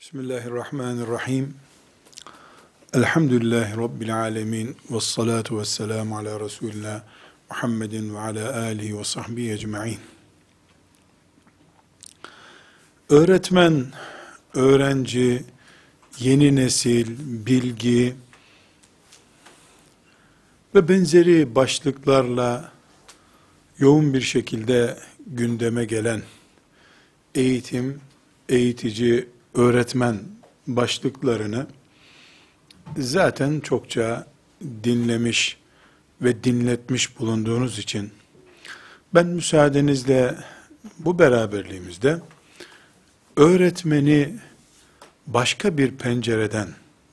Bismillahirrahmanirrahim. Elhamdülillahi Rabbil alemin. Vessalatu vesselamu ala Resulillah Muhammedin ve ala alihi ve sahbihi ecma'in. Öğretmen, öğrenci, yeni nesil, bilgi ve benzeri başlıklarla yoğun bir şekilde gündeme gelen eğitim, eğitici, öğretmen başlıklarını zaten çokça dinlemiş ve dinletmiş bulunduğunuz için ben müsaadenizle bu beraberliğimizde öğretmeni başka bir pencereden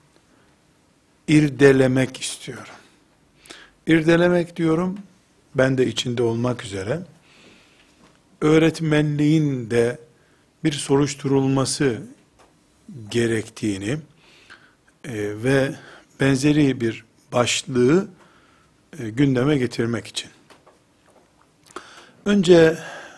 irdelemek istiyorum. İrdelemek diyorum, ben de içinde olmak üzere, öğretmenliğin de bir soruşturulması gerektiğini ve benzeri bir başlığı gündeme getirmek için. Önce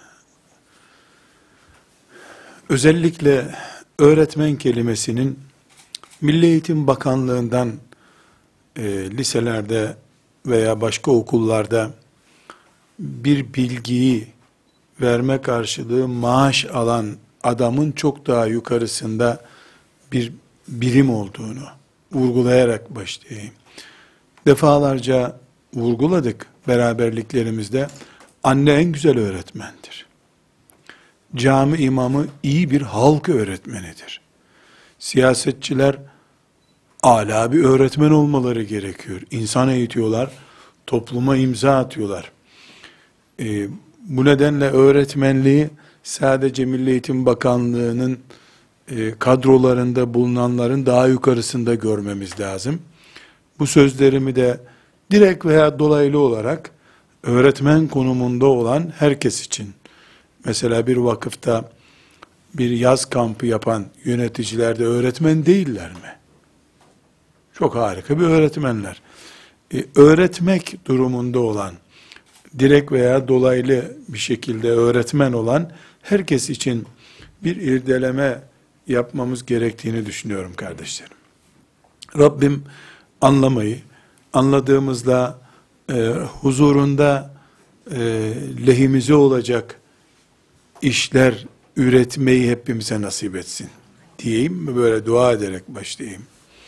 özellikle öğretmen kelimesinin Milli Eğitim Bakanlığı'ndan liselerde veya başka okullarda bir bilgiyi verme karşılığı maaş alan adamın çok daha yukarısında bir birim olduğunu vurgulayarak başlayayım. Defalarca vurguladık beraberliklerimizde. Anne en güzel öğretmendir. Cami imamı iyi bir halk öğretmenidir. Siyasetçiler âlâ bir öğretmen olmaları gerekiyor. İnsan eğitiyorlar, topluma imza atıyorlar. Bu nedenle öğretmenliği sadece Milli Eğitim Bakanlığı'nın kadrolarında bulunanların daha yukarısında görmemiz lazım. Bu sözlerimi de direkt veya dolaylı olarak öğretmen konumunda olan herkes için, mesela bir vakıfta bir yaz kampı yapan yöneticiler de öğretmen değiller mi? Çok harika bir öğretmenler. Öğretmek durumunda olan, direkt veya dolaylı bir şekilde öğretmen olan herkes için bir irdeleme yapmamız gerektiğini düşünüyorum kardeşlerim. Rabbim anlamayı, anladığımızda huzurunda lehimize olacak işler üretmeyi hepimize nasip etsin diyeyim ve böyle dua ederek başlayayım.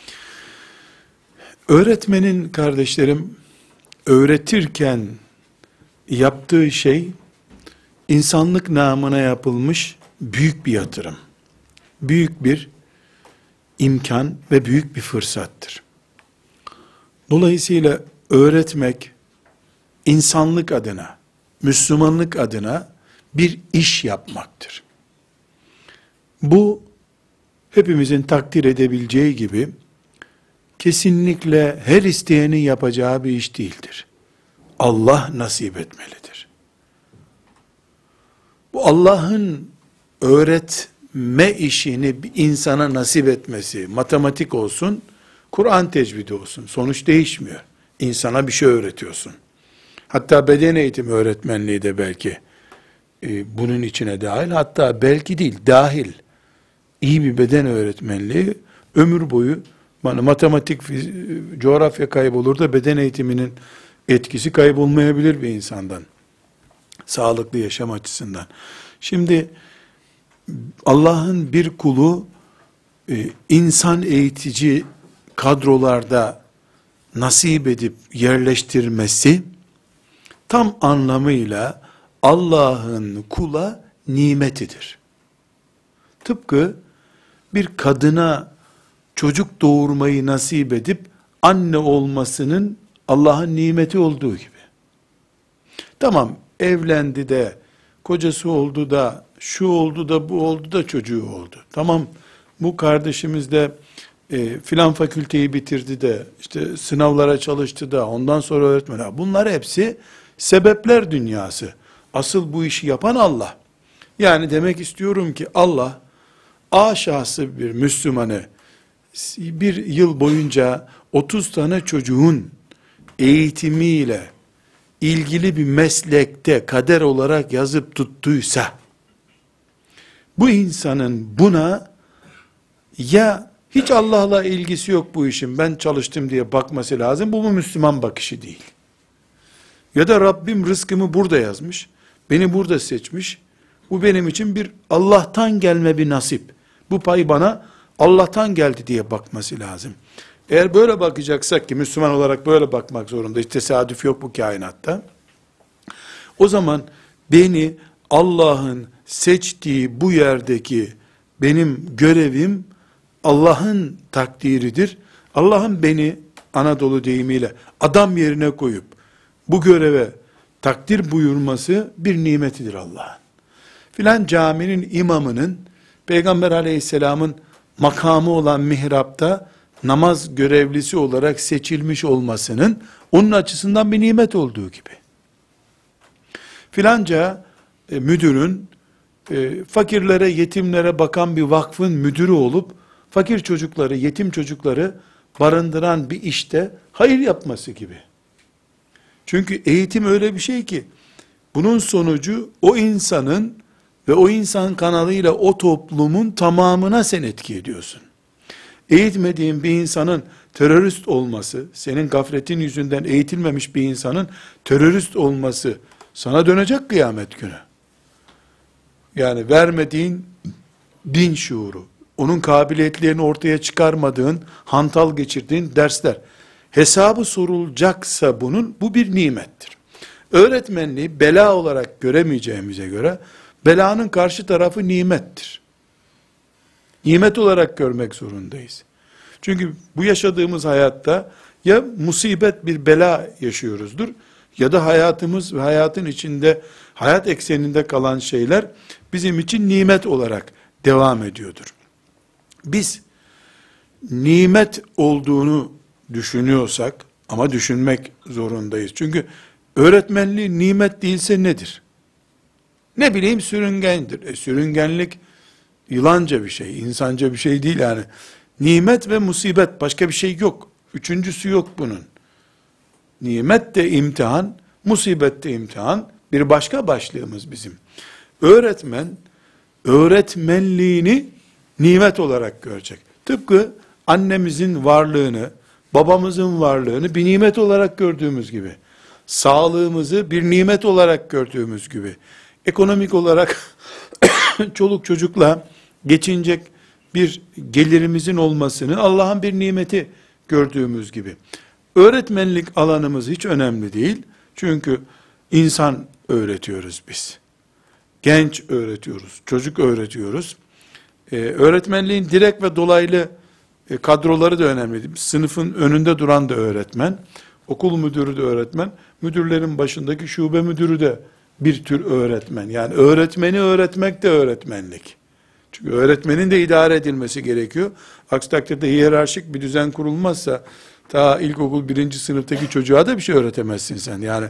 Öğretmenin, kardeşlerim, öğretirken yaptığı şey insanlık namına yapılmış büyük bir yatırım. Büyük bir imkan ve büyük bir fırsattır. Dolayısıyla öğretmek insanlık adına, Müslümanlık adına bir iş yapmaktır. Bu hepimizin takdir edebileceği gibi kesinlikle her isteyenin yapacağı bir iş değildir. Allah nasip etmelidir. Bu Allah'ın öğretme işini bir insana nasip etmesi, matematik olsun, Kur'an tecvidi olsun, sonuç değişmiyor. İnsana bir şey öğretiyorsun. Hatta beden eğitimi öğretmenliği de belki bunun içine dahil, hatta belki değil, dahil. İyi bir beden öğretmenliği ömür boyu, matematik, coğrafya kaybolur da beden eğitiminin etkisi kaybolmayabilir bir insandan. Sağlıklı yaşam açısından. Şimdi Allah'ın bir kulu insan eğitici kadrolarda nasip edip yerleştirmesi tam anlamıyla Allah'ın kula nimetidir. Tıpkı bir kadına çocuk doğurmayı nasip edip anne olmasının Allah'ın nimeti olduğu gibi. Tamam, evlendi de, kocası oldu da, şu oldu da, bu oldu da çocuğu oldu. Tamam, bu kardeşimiz de filan fakülteyi bitirdi de, işte sınavlara çalıştı da, ondan sonra öğretmen. Bunlar hepsi sebepler dünyası. Asıl bu işi yapan Allah. Yani demek istiyorum ki Allah, A şahsı bir Müslümanı, bir yıl boyunca 30 tane çocuğun eğitimiyle ilgili bir meslekte kader olarak yazıp tuttuysa, bu insanın buna Ya hiç Allah'la ilgisi yok bu işin, ben çalıştım diye bakması lazım. Bu mu Müslüman bakışı değil. Ya da Rabbim rızkımı burada yazmış, beni burada seçmiş. Bu benim için bir Allah'tan gelme bir nasip. Bu pay bana Allah'tan geldi diye bakması lazım. Eğer böyle bakacaksak, ki Müslüman olarak böyle bakmak zorundayız, tesadüf yok bu kainatta. O zaman beni Allah'ın seçtiği bu yerdeki benim görevim Allah'ın takdiridir. Allah'ın beni Anadolu deyimiyle adam yerine koyup bu göreve takdir buyurması bir nimetidir Allah'ın. Filan caminin imamının Peygamber aleyhisselamın makamı olan mihrapta namaz görevlisi olarak seçilmiş olmasının onun açısından bir nimet olduğu gibi. Filanca müdürün fakirlere, yetimlere bakan bir vakfın müdürü olup fakir çocukları, yetim çocukları barındıran bir işte hayır yapması gibi. Çünkü eğitim öyle bir şey ki bunun sonucu o insanın ve o insan kanalıyla o toplumun tamamına sen etki ediyorsun. Eğitmediğin bir insanın terörist olması, senin gafletin yüzünden eğitilmemiş bir insanın terörist olması sana dönecek kıyamet günü. Yani vermediğin din şuuru, onun kabiliyetlerini ortaya çıkarmadığın, hantal geçirdiğin dersler, hesabı sorulacaksa bunun, bu bir nimettir. Öğretmenliği bela olarak göremeyeceğimize göre, belanın karşı tarafı nimettir. Nimet olarak görmek zorundayız. Çünkü bu yaşadığımız hayatta ya musibet bir bela yaşıyoruzdur, ya da hayatımız ve hayatın içinde, hayat ekseninde kalan şeyler bizim için nimet olarak devam ediyordur. Biz nimet olduğunu düşünüyorsak, ama düşünmek zorundayız. Çünkü öğretmenliği nimet değilse nedir? Ne bileyim, sürüngendir. Sürüngenlik yılanca bir şey, insanca bir şey değil yani. Nimet ve musibet, başka bir şey yok. Üçüncüsü yok bunun. Nimet de imtihan, musibet de imtihan. Bir başka başlığımız bizim. Öğretmen, öğretmenliğini nimet olarak görecek. Tıpkı annemizin varlığını, babamızın varlığını bir nimet olarak gördüğümüz gibi, sağlığımızı bir nimet olarak gördüğümüz gibi, ekonomik olarak çoluk çocukla geçinecek bir gelirimizin olmasını Allah'ın bir nimeti gördüğümüz gibi. Öğretmenlik alanımız hiç önemli değil. Çünkü insan öğretiyoruz biz. Genç öğretiyoruz, çocuk öğretiyoruz. Öğretmenliğin direkt ve dolaylı kadroları da önemli değil. Sınıfın önünde duran da öğretmen, okul müdürü de öğretmen, müdürlerin başındaki şube müdürü de bir tür öğretmen. Yani öğretmeni öğretmek de öğretmenlik. Çünkü öğretmenin de idare edilmesi gerekiyor. Aksi takdirde hiyerarşik bir düzen kurulmazsa, ta ilkokul 1. sınıftaki çocuğa da bir şey öğretemezsin sen. Yani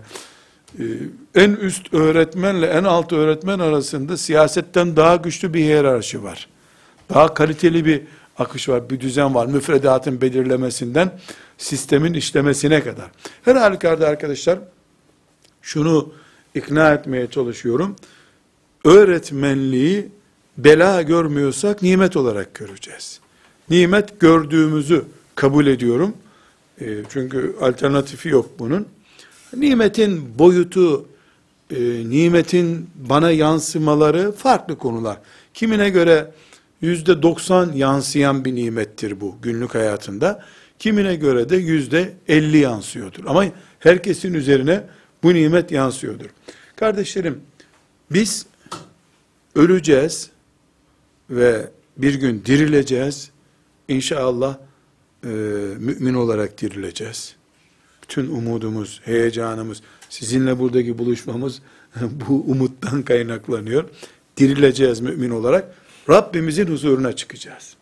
en üst öğretmenle en alt öğretmen arasında siyasetten daha güçlü bir hiyerarşi var. Daha kaliteli bir akış var, bir düzen var. Müfredatın belirlemesinden sistemin işlemesine kadar. Her halükarda arkadaşlar, şunu ikna etmeye çalışıyorum. Öğretmenliği bela görmüyorsak nimet olarak göreceğiz. Nimet gördüğümüzü kabul ediyorum. Çünkü alternatifi yok bunun. Nimetin boyutu, nimetin bana yansımaları farklı konular. Kimine göre %90 yansıyan bir nimettir bu günlük hayatında. Kimine göre de %50 yansıyordur. Ama herkesin üzerine bu nimet yansıyordur. Kardeşlerim, biz öleceğiz ve bir gün dirileceğiz. İnşallah mümin olarak dirileceğiz. Bütün umudumuz, heyecanımız, sizinle buradaki buluşmamız bu umuttan kaynaklanıyor. Dirileceğiz mümin olarak. Rabbimizin huzuruna çıkacağız.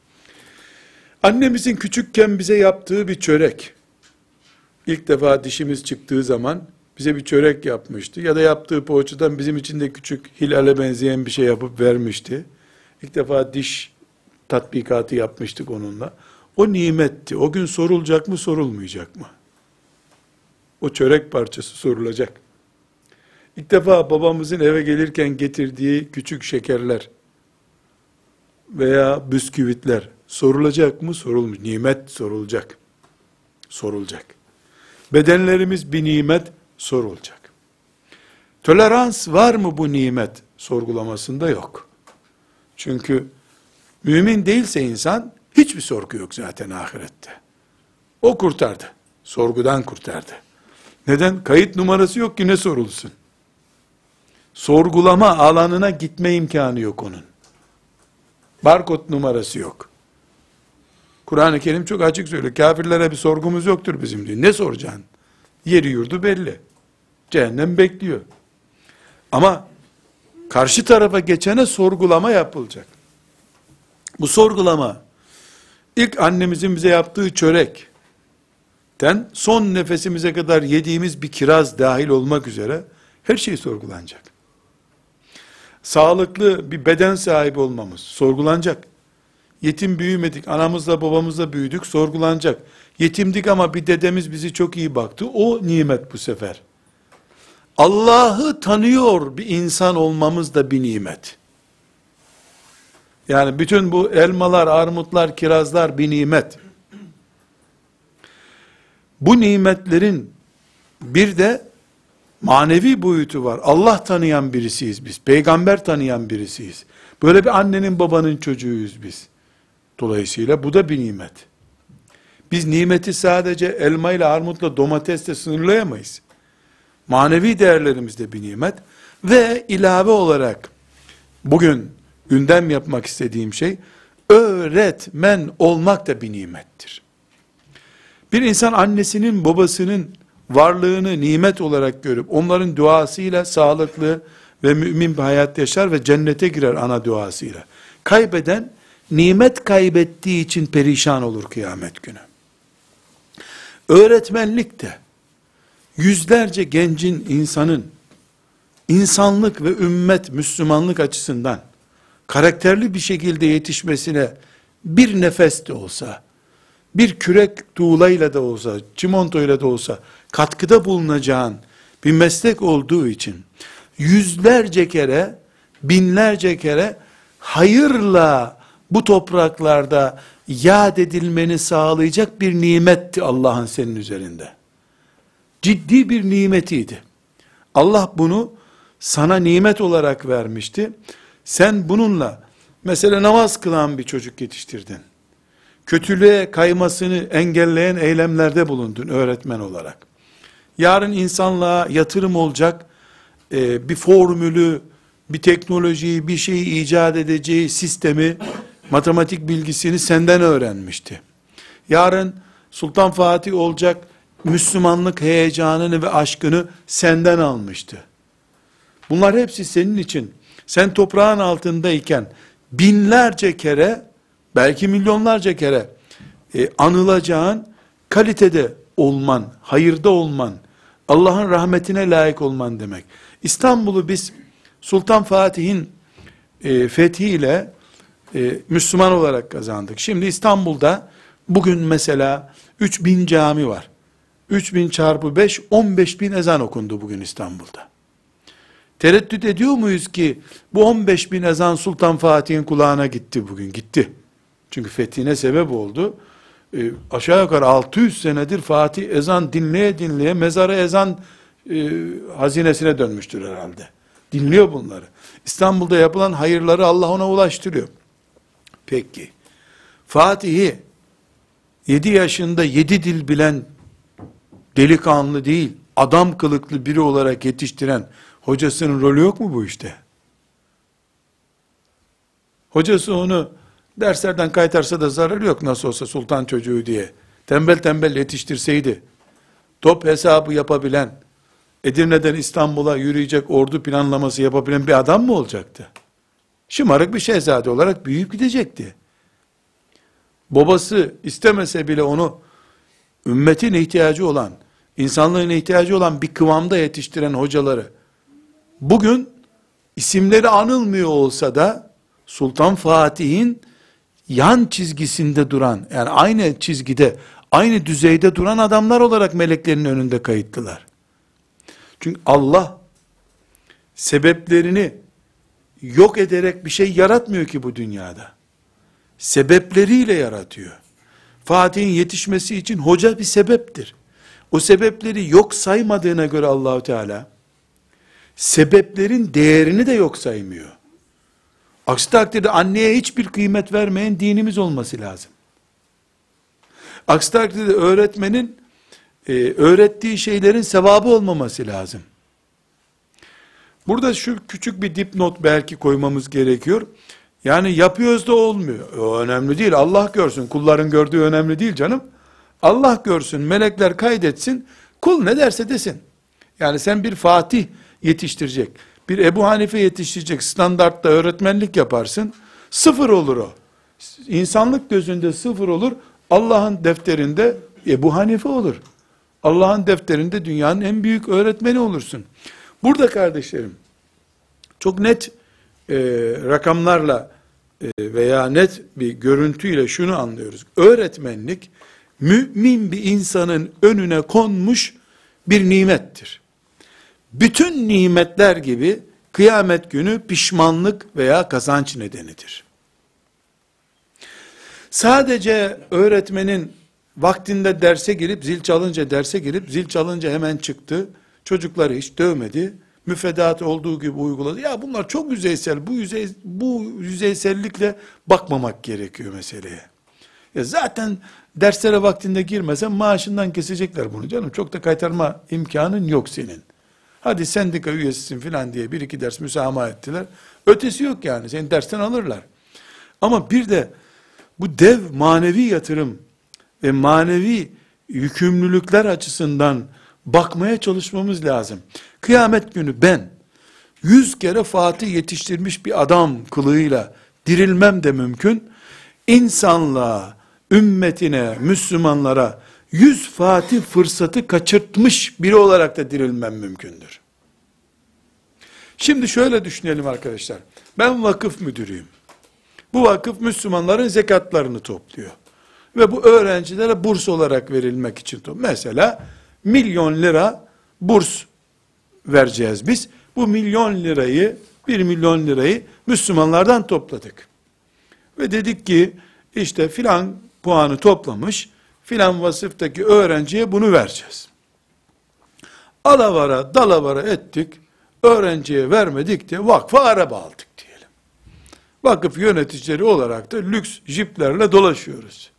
Annemizin küçükken bize yaptığı bir çörek, İlk defa dişimiz çıktığı zaman bize bir çörek yapmıştı. Ya da yaptığı poğaçadan bizim için de küçük hilale benzeyen bir şey yapıp vermişti. İlk defa diş tatbikatı yapmıştık onunla. O nimetti. O gün sorulacak mı, sorulmayacak mı? O çörek parçası sorulacak. İlk defa babamızın eve gelirken getirdiği küçük şekerler, veya bisküvitler sorulacak mı? Sorulmuş. Nimet sorulacak. Sorulacak. Bedenlerimiz bir nimet, sorulacak. Tolerans var mı bu nimet sorgulamasında? Yok. Çünkü mümin değilse insan, hiçbir sorgu yok zaten ahirette. O kurtardı. Sorgudan kurtardı. Neden? Kayıt numarası yok ki ne sorulsun? Sorgulama alanına gitme imkanı yok onun. Barkod numarası yok. Kur'an-ı Kerim çok açık söylüyor. Kafirlere bir sorgumuz yoktur bizim diyor. Ne soracaksın? Yeri yurdu belli. Cehennem bekliyor. Ama karşı tarafa geçene sorgulama yapılacak. Bu sorgulama, ilk annemizin bize yaptığı çörekten son nefesimize kadar yediğimiz bir kiraz dahil olmak üzere her şey sorgulanacak. Sağlıklı bir beden sahibi olmamız sorgulanacak. Yetim büyümedik, anamızla babamızla büyüdük, sorgulanacak. Yetimdik ama bir dedemiz bizi çok iyi baktı, o nimet bu sefer. Allah'ı tanıyor bir insan olmamız da bir nimet. Yani bütün bu elmalar, armutlar, kirazlar bir nimet. Bu nimetlerin bir de manevi boyutu var. Allah tanıyan birisiyiz biz. Peygamber tanıyan birisiyiz. Böyle bir annenin babanın çocuğuyuz biz. Dolayısıyla bu da bir nimet. Biz nimeti sadece elmayla, armutla, domatesle sınırlayamayız. Manevi değerlerimiz de bir nimet. Ve ilave olarak bugün gündem yapmak istediğim şey, öğretmen olmak da bir nimettir. Bir insan annesinin, babasının varlığını nimet olarak görüp, onların duasıyla sağlıklı ve mümin bir hayat yaşar ve cennete girer ana duasıyla. Kaybeden, nimet kaybettiği için perişan olur kıyamet günü. Öğretmenlik de, yüzlerce gencin, insanın, insanlık ve ümmet, Müslümanlık açısından, karakterli bir şekilde yetişmesine, bir nefes de olsa, bir kürek tuğlayla da olsa, çimentoyla da olsa, katkıda bulunacağın bir meslek olduğu için, yüzlerce kere, binlerce kere, hayırla bu topraklarda yad edilmeni sağlayacak bir nimetti Allah'ın senin üzerinde. Ciddi bir nimetiydi. Allah bunu sana nimet olarak vermişti. Sen bununla, mesela namaz kılan bir çocuk yetiştirdin. Kötülüğe kaymasını engelleyen eylemlerde bulundun öğretmen olarak. Yarın insanlığa yatırım olacak bir formülü, bir teknolojiyi, bir şeyi icat edeceği sistemi, matematik bilgisini senden öğrenmişti. Yarın Sultan Fatih olacak Müslümanlık heyecanını ve aşkını senden almıştı. Bunlar hepsi senin için, sen toprağın altındayken binlerce kere, belki milyonlarca kere anılacağın kalitede olman, hayırda olman, Allah'ın rahmetine layık olman demek. İstanbul'u biz Sultan Fatih'in fethiyle Müslüman olarak kazandık. Şimdi İstanbul'da bugün mesela 3000 cami var. 3000 çarpı 5, 15.000 ezan okundu bugün İstanbul'da. Tereddüt ediyor muyuz ki bu 15.000 ezan Sultan Fatih'in kulağına gitti bugün? Gitti. Çünkü fethine sebep oldu. Aşağı yukarı 600 senedir Fatih ezan dinleye dinleye mezara ezan hazinesine dönmüştür herhalde. Dinliyor bunları. İstanbul'da yapılan hayırları Allah ona ulaştırıyor. Peki, Fatih'i 7 yaşında 7 dil bilen delikanlı değil, adam kılıklı biri olarak yetiştiren hocasının rolü yok mu bu işte? Hocası onu derslerden kaytarsa da zararı yok nasıl olsa sultan çocuğu diye. Tembel tembel yetiştirseydi, top hesabı yapabilen, Edirne'den İstanbul'a yürüyecek ordu planlaması yapabilen bir adam mı olacaktı? Şımarık bir şehzade olarak büyüyüp gidecekti. Babası istemese bile onu ümmetin ihtiyacı olan, insanlığın ihtiyacı olan bir kıvamda yetiştiren hocaları, bugün isimleri anılmıyor olsa da, Sultan Fatih'in yan çizgisinde duran, yani aynı çizgide, aynı düzeyde duran adamlar olarak meleklerin önünde kayıtlılar. Çünkü Allah, sebeplerini yok ederek bir şey yaratmıyor ki bu dünyada. sebepleriyle yaratıyor. Fatih'in yetişmesi için hoca bir sebeptir. O sebepleri yok saymadığına göre Allahu Teala sebeplerin değerini de yok saymıyor. Aksi takdirde anneye hiçbir kıymet vermeyen dinimiz olması lazım. Aksi takdirde öğretmenin öğrettiği şeylerin sevabı olmaması lazım. Burada şu küçük bir dipnot belki koymamız gerekiyor. Yani yapıyoruz da olmuyor. O önemli değil. Allah görsün. Kulların gördüğü önemli değil canım. Allah görsün. Melekler kaydetsin. Kul ne derse desin. Yani sen bir Fatih yetiştirecek, bir Ebu Hanife yetiştirecek standartta öğretmenlik yaparsın. Sıfır olur o. İnsanlık gözünde sıfır olur. Allah'ın defterinde Ebu Hanife olur. Allah'ın defterinde dünyanın en büyük öğretmeni olursun. Burada kardeşlerim, çok net rakamlarla veya net bir görüntüyle şunu anlıyoruz. Öğretmenlik, mümin bir insanın önüne konmuş bir nimettir. Bütün nimetler gibi kıyamet günü pişmanlık veya kazanç nedenidir. Sadece öğretmenin vaktinde derse girip, zil çalınca derse girip, zil çalınca hemen çıktı, çocukları hiç dövmedi, müfredat olduğu gibi uyguladı. Ya bunlar çok yüzeysel, bu yüzeysellikle bakmamak gerekiyor meseleye. Ya zaten derslere vaktinde girmesen maaşından kesecekler bunu canım. Çok da kaytarma imkanın yok senin. Hadi sendika üyesisin filan diye bir iki ders müsamaha ettiler. Ötesi yok yani. Seni dersten alırlar. Ama bir de bu dev manevi yatırım ve manevi yükümlülükler açısından bakmaya çalışmamız lazım. Kıyamet günü ben 100 kere Fatih yetiştirmiş bir adam kılığıyla dirilmem de mümkün. İnsanlığa, ümmetine, Müslümanlara 100 Fatih fırsatı kaçırtmış biri olarak da dirilmem mümkündür. Şimdi şöyle düşünelim arkadaşlar. Ben vakıf müdürüyüm. Bu vakıf Müslümanların zekatlarını topluyor. Ve bu öğrencilere burs olarak verilmek için topluyor. Mesela 1.000.000 lira burs vereceğiz biz. Bu 1.000.000 lirayı Müslümanlardan topladık. Ve dedik ki işte filan puanı toplamış, filan vasıftaki öğrenciye bunu vereceğiz. Alavara dalavara ettik, öğrenciye vermedik de vakfa araba aldık diyelim. Vakıf yöneticileri olarak da lüks jiplerle dolaşıyoruz.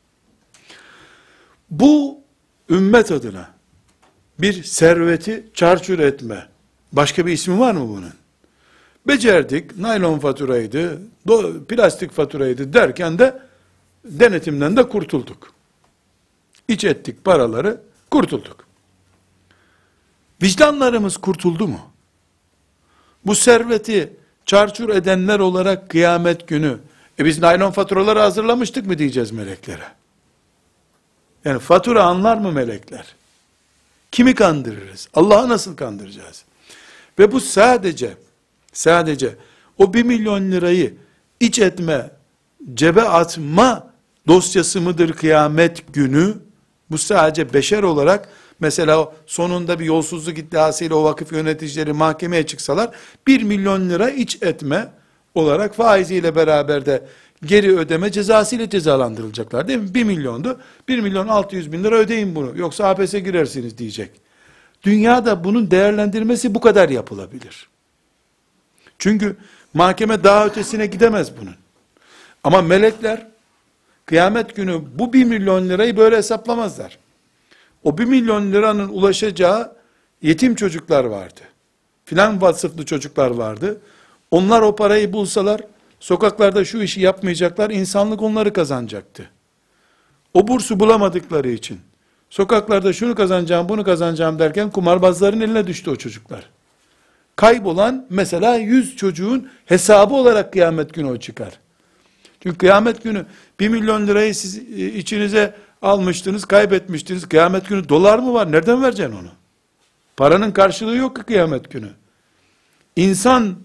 Bu ümmet adına bir serveti çarçur etme, başka bir ismi var mı bunun? Becerdik, naylon faturaydı, plastik faturaydı derken de denetimden de kurtulduk. İç ettik paraları, kurtulduk. Vicdanlarımız kurtuldu mu? Bu serveti çarçur edenler olarak kıyamet günü, biz naylon faturaları hazırlamıştık mı diyeceğiz meleklere? Yani fatura anlar mı melekler? Kimi kandırırız? Allah'ı nasıl kandıracağız? Ve bu sadece o 1.000.000 lirayı iç etme, cebe atma dosyası mıdır kıyamet günü? Bu sadece beşer olarak, mesela sonunda bir yolsuzluk iddiasıyla o vakıf yöneticileri mahkemeye çıksalar, 1.000.000 lira iç etme olarak faiziyle beraber de geri ödeme cezasıyla cezalandırılacaklar değil mi? 1.000.000'du, 1.600.000 lira ödeyin bunu, yoksa hapse girersiniz diyecek. Dünyada bunun değerlendirmesi bu kadar yapılabilir. Çünkü mahkeme daha ötesine gidemez bunun. Ama melekler kıyamet günü bu 1.000.000 lirayı böyle hesaplamazlar. O 1.000.000 liranın ulaşacağı yetim çocuklar vardı. Filan vasıflı çocuklar vardı. Onlar o parayı bulsalar, sokaklarda şu işi yapmayacaklar, insanlık onları kazanacaktı. O bursu bulamadıkları için, sokaklarda şunu kazanacağım, bunu kazanacağım derken, kumarbazların eline düştü o çocuklar. Kaybolan, mesela 100 çocuğun hesabı olarak kıyamet günü o çıkar. Çünkü kıyamet günü 1.000.000 lirayı siz içinize almıştınız, kaybetmiştiniz. Kıyamet günü dolar mı var? Nereden vereceksin onu? Paranın karşılığı yok ki kıyamet günü. İnsan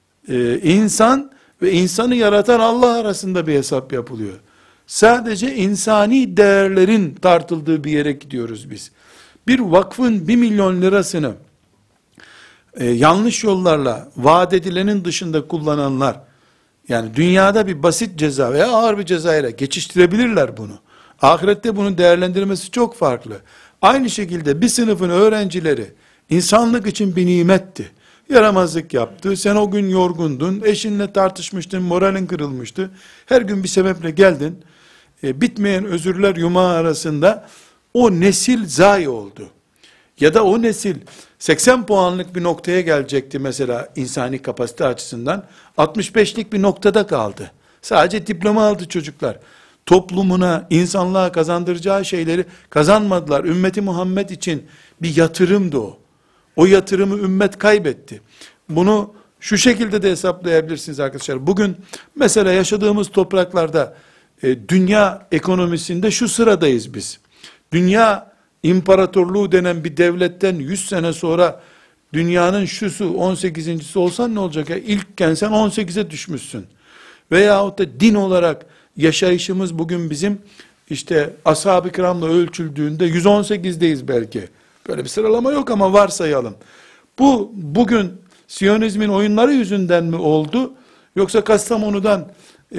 ve insanı yaratan Allah arasında bir hesap yapılıyor. Sadece insani değerlerin tartıldığı bir yere gidiyoruz biz. Bir vakfın 1.000.000 lirasını yanlış yollarla vaat edilenin dışında kullananlar Yani dünyada bir basit ceza veya ağır bir cezayla geçiştirebilirler bunu. Ahirette bunun değerlendirmesi çok farklı. Aynı şekilde bir sınıfın öğrencileri insanlık için bir nimetti. Yaramazlık yaptı, sen o gün yorgundun, eşinle tartışmıştın, moralin kırılmıştı. Her gün bir sebeple geldin. Bitmeyen özürler yumağı arasında o nesil zayi oldu. Ya da o nesil 80 puanlık bir noktaya gelecekti mesela insani kapasite açısından. 65'lik bir noktada kaldı. Sadece diploma aldı çocuklar. Toplumuna, insanlığa kazandıracağı şeyleri kazanmadılar. Ümmeti Muhammed için bir yatırımdı o. O yatırımı ümmet kaybetti. Bunu şu şekilde de hesaplayabilirsiniz arkadaşlar. Bugün mesela yaşadığımız topraklarda dünya ekonomisinde şu sıradayız biz. Dünya imparatorluğu denen bir devletten 100 sene sonra dünyanın şusu 18.'si olsan ne olacak ya? İlkken sen 18'e düşmüşsün. Veyahut da din olarak yaşayışımız bugün bizim işte ashab-ı kiramla ölçüldüğünde 118'deyiz belki. Böyle bir sıralama yok ama varsayalım. Bu bugün Siyonizmin oyunları yüzünden mi oldu? Yoksa Kastamonu'dan,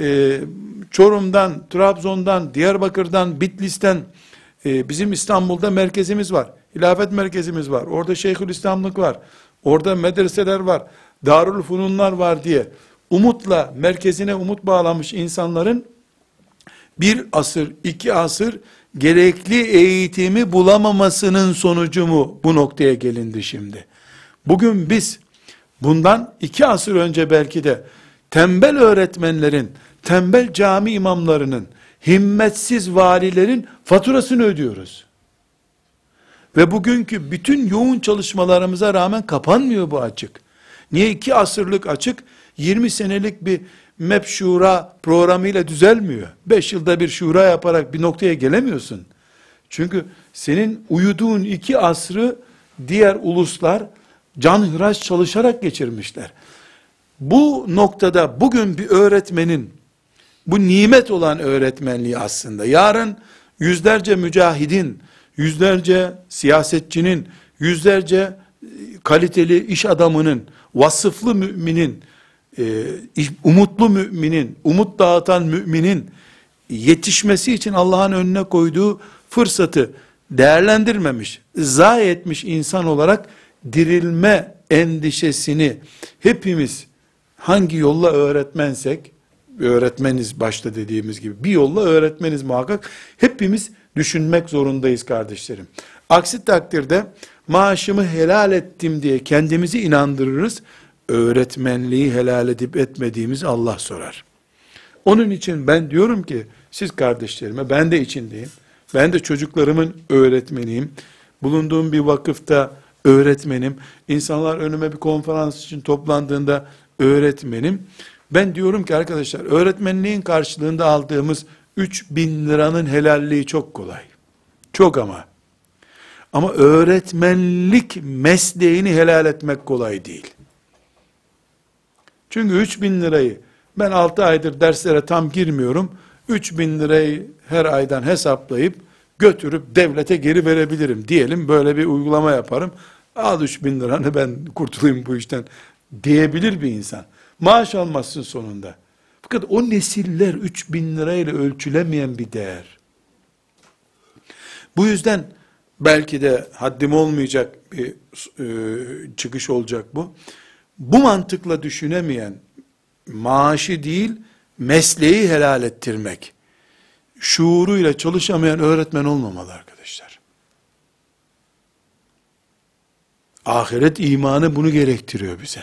Çorum'dan, Trabzon'dan, Diyarbakır'dan, Bitlis'ten, bizim İstanbul'da merkezimiz var. Hilafet merkezimiz var. Orada Şeyhülislamlık var. Orada medreseler var. Darül Fununlar var diye umutla merkezine umut bağlamış insanların bir asır, 2 asır gerekli eğitimi bulamamasının sonucu mu bu noktaya gelindi şimdi? Bugün biz bundan 2 asır önce belki de tembel öğretmenlerin, tembel cami imamlarının, himmetsiz valilerin faturasını ödüyoruz. Ve bugünkü bütün yoğun çalışmalarımıza rağmen kapanmıyor bu açık. Niye 2 asırlık açık 20 senelik bir MEP şura programıyla düzelmiyor. 5 yılda bir şura yaparak bir noktaya gelemiyorsun. Çünkü senin uyuduğun 2 asrı diğer uluslar canhıraş çalışarak geçirmişler. Bu noktada bugün bir öğretmenin, bu nimet olan öğretmenliği aslında, yarın yüzlerce mücahidin, yüzlerce siyasetçinin, yüzlerce kaliteli iş adamının, vasıflı müminin, umutlu müminin, umut dağıtan müminin yetişmesi için Allah'ın önüne koyduğu fırsatı değerlendirmemiş, zayi etmiş insan olarak dirilme endişesini hepimiz hangi yolla öğretmensek, öğretmeniz başta dediğimiz gibi bir yolla öğretmeniz muhakkak, hepimiz düşünmek zorundayız kardeşlerim. Aksi takdirde maaşımı helal ettim diye kendimizi inandırırız. Öğretmenliği helal edip etmediğimizi Allah sorar. Onun için ben diyorum ki siz kardeşlerime, ben de içindeyim. Ben de çocuklarımın öğretmeniyim. Bulunduğum bir vakıfta öğretmenim. İnsanlar önüme bir konferans için toplandığında öğretmenim. Ben diyorum ki arkadaşlar, öğretmenliğin karşılığında aldığımız 3.000 liranın helalliği çok kolay. Çok ama. Ama öğretmenlik mesleğini helal etmek kolay değil. Çünkü 3.000 lirayı ben 6 aydır derslere tam girmiyorum. 3.000 lirayı her aydan hesaplayıp götürüp devlete geri verebilirim. Diyelim böyle bir uygulama yaparım. Al 3.000 liranı ben kurtulayım bu işten diyebilir bir insan. Maaş almazsın sonunda. Fakat o nesiller 3.000 lirayla ölçülemeyen bir değer. Bu yüzden belki de haddim olmayacak bir çıkış olacak bu. Bu mantıkla düşünemeyen, maaşı değil, mesleği helal ettirmek, şuuruyla çalışamayan öğretmen olmamalı arkadaşlar. Ahiret imanı bunu gerektiriyor bize.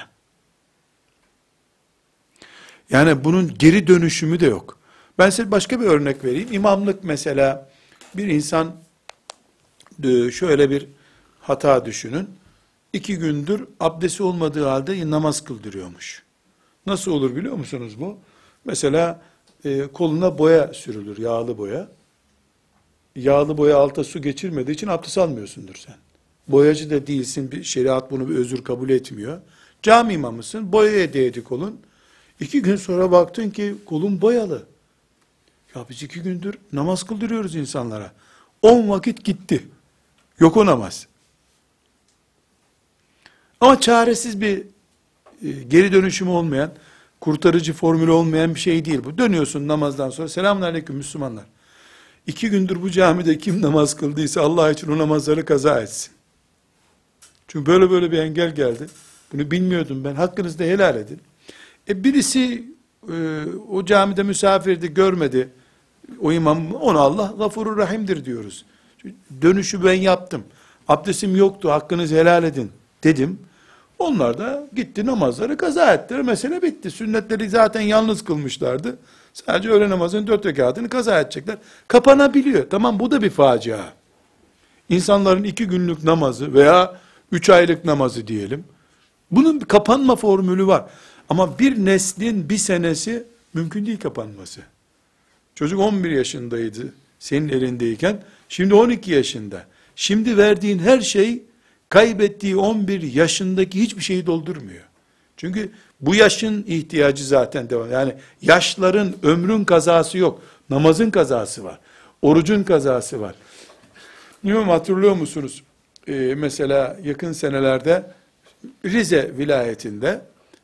Yani bunun geri dönüşümü de yok. Ben size başka bir örnek vereyim. İmamlık mesela, bir insan şöyle bir hata düşünün. 2 gündür abdesti olmadığı halde namaz kıldırıyormuş. Nasıl olur biliyor musunuz bu? Mesela koluna boya sürülür, yağlı boya. Yağlı boya alta su geçirmediği için abdest almıyorsundur sen. Boyacı da değilsin, bir şeriat bunu bir özür kabul etmiyor. Cami imamısın, boyaya değdi kolun. 2 gün sonra baktın ki kolun boyalı. Ya biz 2 gündür namaz kıldırıyoruz insanlara. 10 vakit gitti. Yok o namaz. Ama çaresiz bir geri dönüşüm olmayan, kurtarıcı formülü olmayan bir şey değil bu. Dönüyorsun namazdan sonra, selamun aleyküm Müslümanlar. 2 gündür bu camide kim namaz kıldıysa Allah için o namazları kaza etsin. Çünkü böyle böyle bir engel geldi. Bunu bilmiyordum ben. Hakkınızı da helal edin. Birisi o camide misafirdi, görmedi. O imam, ona Allah gafurur rahimdir diyoruz. Dönüşü ben yaptım. Abdestim yoktu, hakkınızı helal edin dedim. Onlar da gitti namazları kaza ettiler. Mesele bitti. Sünnetleri zaten yalnız kılmışlardı. Sadece öğle namazının 4 rekatını kaza edecekler. Kapanabiliyor. Tamam, bu da bir facia. İnsanların 2 günlük namazı veya 3 aylık namazı diyelim. Bunun bir kapanma formülü var. Ama bir neslin bir senesi mümkün değil kapanması. Çocuk 11 yaşındaydı senin elindeyken. Şimdi 12 yaşında. Şimdi verdiğin her şey kaybettiği 11 yaşındaki hiçbir şeyi doldurmuyor. Çünkü bu yaşın ihtiyacı zaten devam. Yani yaşların, ömrün kazası yok. Namazın kazası var. Orucun kazası var. Bilmiyorum, hatırlıyor musunuz? Mesela yakın senelerde Rize vilayetinde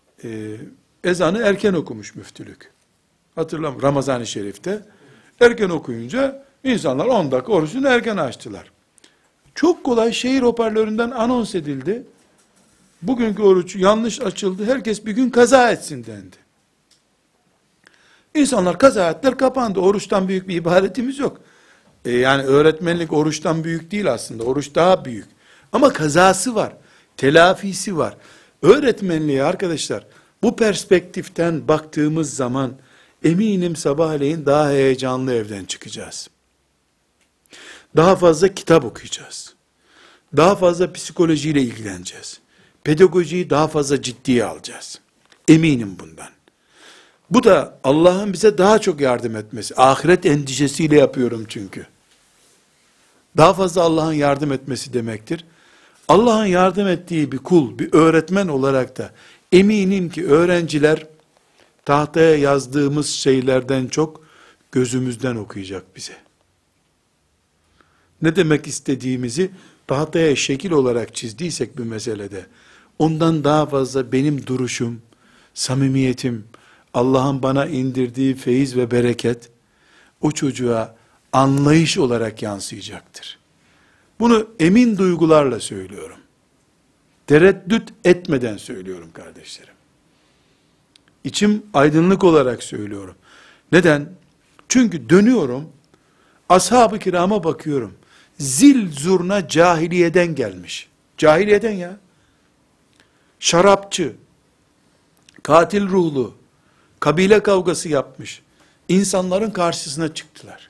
ezanı erken okumuş müftülük. Hatırlamıyorum, Ramazan-ı Şerif'te. Erken okuyunca insanlar 10 dakika orucunu erken açtılar. Çok kolay şehir hoparlöründen anons edildi. Bugünkü oruç yanlış açıldı. Herkes bir gün kaza etsin dendi. İnsanlar kaza ettiler, kapandı. Oruçtan büyük bir ibadetimiz yok. Yani öğretmenlik oruçtan büyük değil aslında. Oruç daha büyük. Ama kazası var. Telafisi var. Öğretmenliğe arkadaşlar, bu perspektiften baktığımız zaman eminim sabahleyin daha heyecanlı evden çıkacağız. Daha fazla kitap okuyacağız. Daha fazla psikolojiyle ilgileneceğiz. Pedagojiyi daha fazla ciddiye alacağız. Eminim bundan. Bu da Allah'ın bize daha çok yardım etmesi. Ahiret endişesiyle yapıyorum çünkü. Daha fazla Allah'ın yardım etmesi demektir. Allah'ın yardım ettiği bir kul, bir öğretmen olarak da eminim ki öğrenciler tahtaya yazdığımız şeylerden çok gözümüzden okuyacak bize. Ne demek istediğimizi tahtaya şekil olarak çizdiysek bir meselede, ondan daha fazla benim duruşum, samimiyetim, Allah'ın bana indirdiği feyiz ve bereket, o çocuğa anlayış olarak yansıyacaktır. Bunu emin duygularla söylüyorum. Tereddüt etmeden söylüyorum kardeşlerim. İçim aydınlık olarak söylüyorum. Neden? Çünkü dönüyorum, ashab-ı kirama bakıyorum. Zil zurna cahiliyeden gelmiş. Cahiliyeden ya. Şarapçı, katil ruhlu, kabile kavgası yapmış insanların karşısına çıktılar.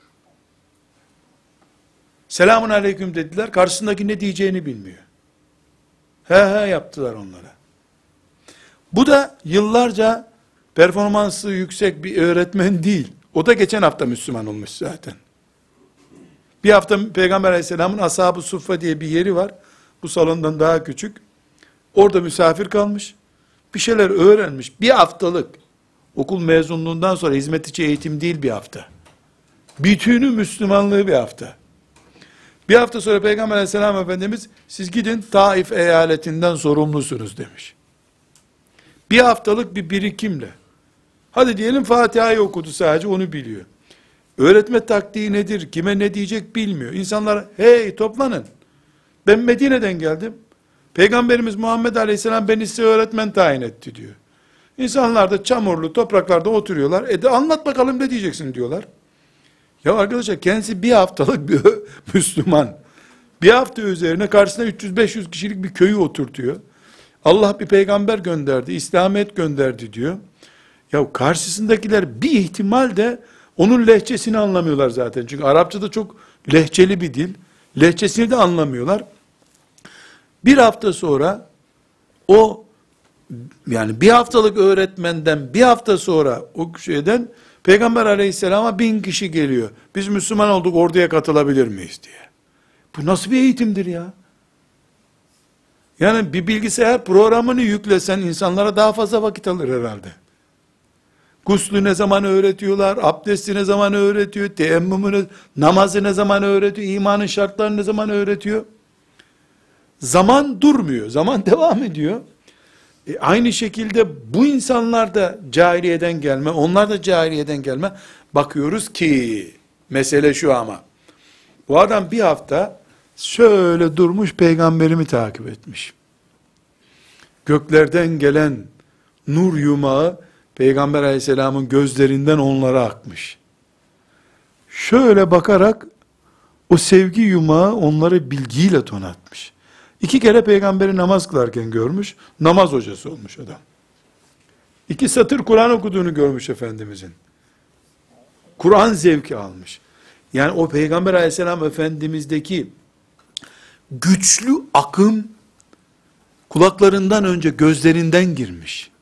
Selamun aleyküm dediler. Karşısındaki ne diyeceğini bilmiyor. He he yaptılar onlara. Bu da yıllarca performansı yüksek bir öğretmen değil. O da geçen hafta Müslüman olmuş zaten. Bir hafta Peygamber Aleyhisselam'ın Ashab-ı Suffa diye bir yeri var. Bu salondan daha küçük. Orada misafir kalmış. Bir şeyler öğrenmiş. Bir haftalık. Okul mezunluğundan sonra hizmet içi eğitim değil bir hafta. Bütünü Müslümanlığı bir hafta. Bir hafta sonra Peygamber Aleyhisselam Efendimiz siz gidin Taif eyaletinden sorumlusunuz demiş. Bir haftalık bir birikimle. Hadi diyelim Fatiha'yı okudu, sadece onu biliyor. Öğretme taktiği nedir, kime ne diyecek bilmiyor. İnsanlar hey toplanın. Ben Medine'den geldim. Peygamberimiz Muhammed Aleyhisselam beni size öğretmen tayin etti diyor. İnsanlar da çamurlu topraklarda oturuyorlar. Anlat bakalım ne diyeceksin diyorlar. Ya arkadaşlar, kendisi bir haftalık bir Müslüman. Bir hafta üzerine karşısına 300-500 kişilik bir köyü oturtuyor. Allah bir peygamber gönderdi, İslamiyet gönderdi diyor. Ya karşısındakiler bir ihtimal de onun lehçesini anlamıyorlar zaten. Çünkü Arapçada çok lehçeli bir dil. Lehçesini de anlamıyorlar. Bir hafta sonra o, yani bir haftalık öğretmenden bir hafta sonra o şeyden Peygamber Aleyhisselam'a 1000 kişi geliyor. Biz Müslüman olduk, orduya katılabilir miyiz diye. Bu nasıl bir eğitimdir ya? Yani bir bilgisayar programını yüklesen insanlara daha fazla vakit alır herhalde. Guslü ne zaman öğretiyorlar, abdesti ne zaman öğretiyor, teyemmümü, namazı ne zaman öğretiyor, imanın şartlarını ne zaman öğretiyor. Zaman durmuyor, zaman devam ediyor. Aynı şekilde bu insanlar da cahiliyeden gelme, onlar da cahiliyeden gelme. Bakıyoruz ki, mesele şu ama, bu adam bir hafta şöyle durmuş peygamberimi takip etmiş. Göklerden gelen nur yumağı Peygamber aleyhisselamın gözlerinden onlara akmış. Şöyle bakarak o sevgi yumağı onları bilgiyle donatmış. 2 kere peygamberi namaz kılarken görmüş, namaz hocası olmuş adam. 2 satır Kur'an okuduğunu görmüş Efendimizin. Kur'an zevki almış. Yani o Peygamber aleyhisselam Efendimiz'deki güçlü akım, kulaklarından önce gözlerinden girmiş.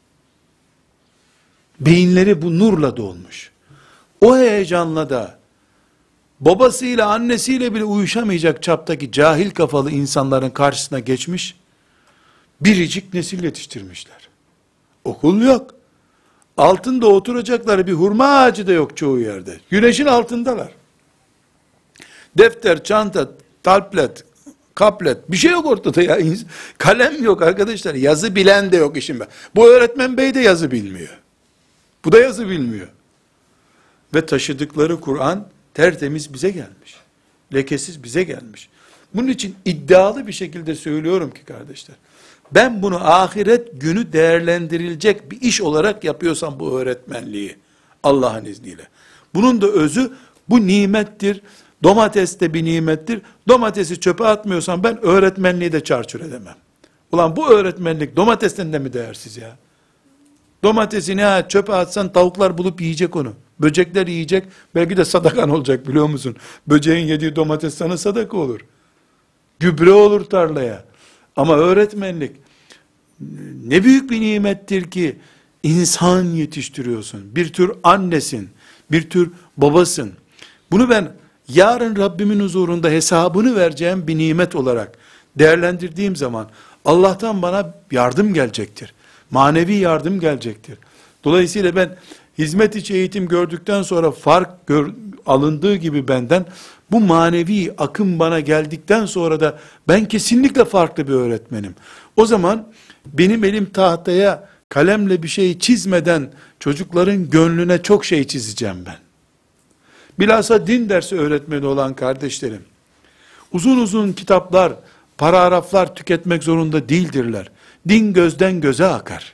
Beyinleri bu nurla dolmuş. O heyecanla da babasıyla annesiyle bile uyuşamayacak çaptaki cahil kafalı insanların karşısına geçmiş, biricik nesil yetiştirmişler. Okul yok. Altında oturacakları bir hurma ağacı da yok çoğu yerde. Güneşin altındalar. Defter, çanta, tablet, kaplet, bir şey yok ortada ya. Kalem yok arkadaşlar. Yazı bilen de yok işin. Bu öğretmen bey de yazı bilmiyor. Bu da yazı bilmiyor. Ve taşıdıkları Kur'an tertemiz bize gelmiş. Lekesiz bize gelmiş. Bunun için iddialı bir şekilde söylüyorum ki kardeşler, ben bunu ahiret günü değerlendirilecek bir iş olarak yapıyorsam bu öğretmenliği, Allah'ın izniyle. Bunun da özü bu nimettir. Domates de bir nimettir. Domatesi çöpe atmıyorsam ben öğretmenliği de çarçur edemem. Ulan bu öğretmenlik domatesten de mi değersiz ya? Domatesi ne çöpe atsan tavuklar bulup yiyecek onu. Böcekler yiyecek. Belki de sadakan olacak biliyor musun? Böceğin yediği domates sana sadaka olur. Gübre olur tarlaya. Ama öğretmenlik ne büyük bir nimettir ki insan yetiştiriyorsun. Bir tür annesin. Bir tür babasın. Bunu ben yarın Rabbimin huzurunda hesabını vereceğim bir nimet olarak değerlendirdiğim zaman Allah'tan bana yardım gelecektir. Manevi yardım gelecektir. Dolayısıyla ben hizmet içi eğitim gördükten sonra alındığı gibi benden bu manevi akım bana geldikten sonra da ben kesinlikle farklı bir öğretmenim. O zaman benim elim tahtaya kalemle bir şey çizmeden çocukların gönlüne çok şey çizeceğim ben. Bilhassa din dersi öğretmeni olan kardeşlerim, uzun uzun kitaplar, paragraflar tüketmek zorunda değildirler. Din gözden göze akar.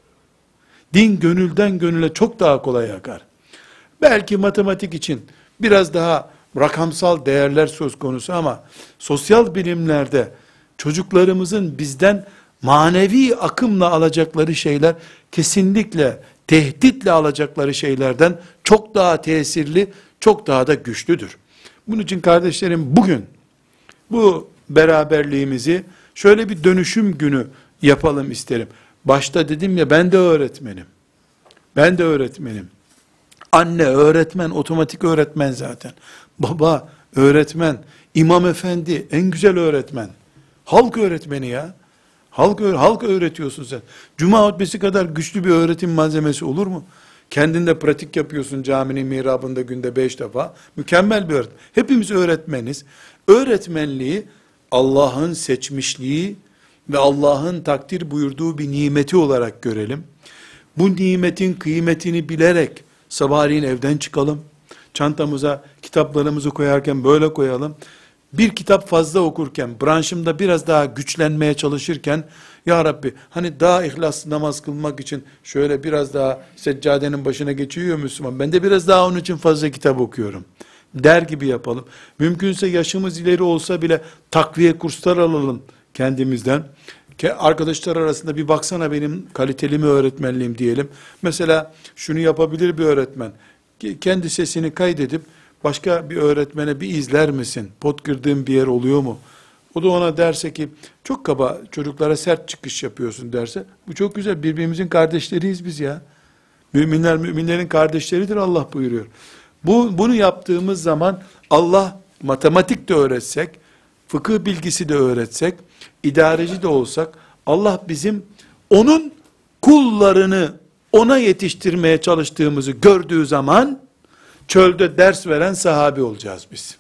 Din gönülden gönüle çok daha kolay akar. Belki matematik için biraz daha rakamsal değerler söz konusu ama sosyal bilimlerde çocuklarımızın bizden manevi akımla alacakları şeyler kesinlikle tehditle alacakları şeylerden çok daha tesirli, çok daha da güçlüdür. Bunun için kardeşlerim bugün bu beraberliğimizi şöyle bir dönüşüm günü yapalım isterim. Başta dedim ya ben de öğretmenim. Ben de öğretmenim. Anne öğretmen, otomatik öğretmen zaten. Baba öğretmen, imam efendi en güzel öğretmen. Halk öğretmeni ya. Halk öğretiyorsun sen. Cuma hutbesi kadar güçlü bir öğretim malzemesi olur mu? Kendinde pratik yapıyorsun caminin mihrabında günde 5 defa. Mükemmel bir öğretmen. Hepimiz öğretmeniz. Öğretmenliği Allah'ın seçmişliği ve Allah'ın takdir buyurduğu bir nimeti olarak görelim. Bu nimetin kıymetini bilerek sabahleyin evden çıkalım. Çantamıza kitaplarımızı koyarken böyle koyalım. Bir kitap fazla okurken, branşımda biraz daha güçlenmeye çalışırken, Ya Rabbi hani daha ihlaslı namaz kılmak için şöyle biraz daha seccadenin başına geçiyor Müslüman. Ben de biraz daha onun için fazla kitap okuyorum. Der gibi yapalım. Mümkünse yaşımız ileri olsa bile takviye kurslar alalım kendimizden. Arkadaşlar arasında bir baksana benim kaliteli mi öğretmenliğim diyelim. Mesela şunu yapabilir bir öğretmen. Kendi sesini kaydedip başka bir öğretmene bir izler misin? Pot kırdığın bir yer oluyor mu? O da ona derse ki çok kaba çocuklara sert çıkış yapıyorsun derse bu çok güzel, birbirimizin kardeşleriyiz biz ya. Müminler müminlerin kardeşleridir Allah buyuruyor. Bunu yaptığımız zaman Allah matematik de öğretsek, fıkıh bilgisi de öğretsek, idareci de olsak Allah bizim onun kullarını ona yetiştirmeye çalıştığımızı gördüğü zaman çölde ders veren sahabi olacağız biz.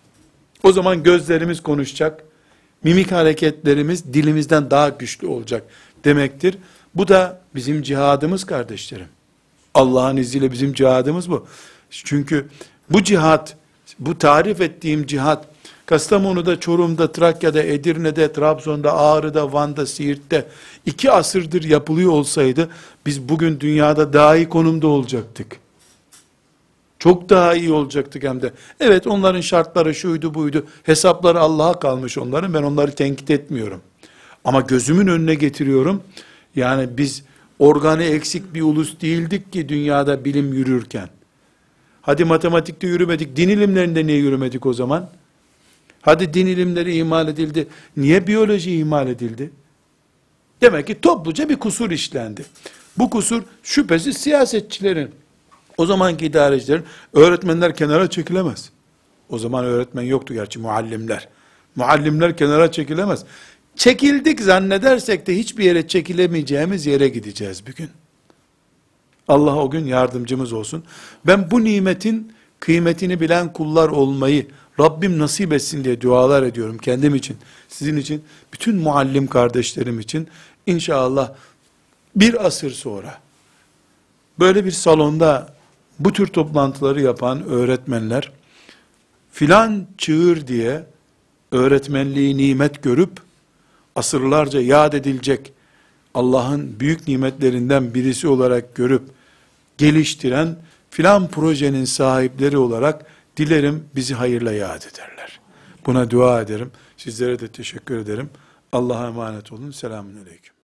O zaman gözlerimiz konuşacak, mimik hareketlerimiz dilimizden daha güçlü olacak demektir. Bu da bizim cihadımız kardeşlerim. Allah'ın izniyle bizim cihadımız bu. Çünkü bu cihat, bu tarif ettiğim cihat, Kastamonu'da, Çorum'da, Trakya'da, Edirne'de, Trabzon'da, Ağrı'da, Van'da, Siirt'te 2 asırdır yapılıyor olsaydı, biz bugün dünyada daha iyi konumda olacaktık. Çok daha iyi olacaktık hem de. Evet, onların şartları şuydu buydu, hesapları Allah'a kalmış onların, ben onları tenkit etmiyorum. Ama gözümün önüne getiriyorum, yani biz organı eksik bir ulus değildik ki dünyada bilim yürürken. Hadi matematikte yürümedik, din ilimlerinde niye yürümedik o zaman? Hadi din ilimleri ihmal edildi, niye biyoloji ihmal edildi? Demek ki topluca bir kusur işlendi. Bu kusur şüphesiz siyasetçilerin, o zamanki idarecilerin, öğretmenler kenara çekilemez. O zaman öğretmen yoktu gerçi, muallimler. Muallimler kenara çekilemez. Çekildik zannedersek de hiçbir yere çekilemeyeceğimiz yere gideceğiz bir gün. Allah o gün yardımcımız olsun. Ben bu nimetin kıymetini bilen kullar olmayı Rabbim nasip etsin diye dualar ediyorum kendim için, sizin için, bütün muallim kardeşlerim için. İnşallah bir asır sonra böyle bir salonda bu tür toplantıları yapan öğretmenler filan çığır diye öğretmenliği nimet görüp asırlarca yad edilecek Allah'ın büyük nimetlerinden birisi olarak görüp geliştiren filan projenin sahipleri olarak dilerim bizi hayırla yad ederler. Buna dua ederim. Sizlere de teşekkür ederim. Allah'a emanet olun. Selamun aleyküm.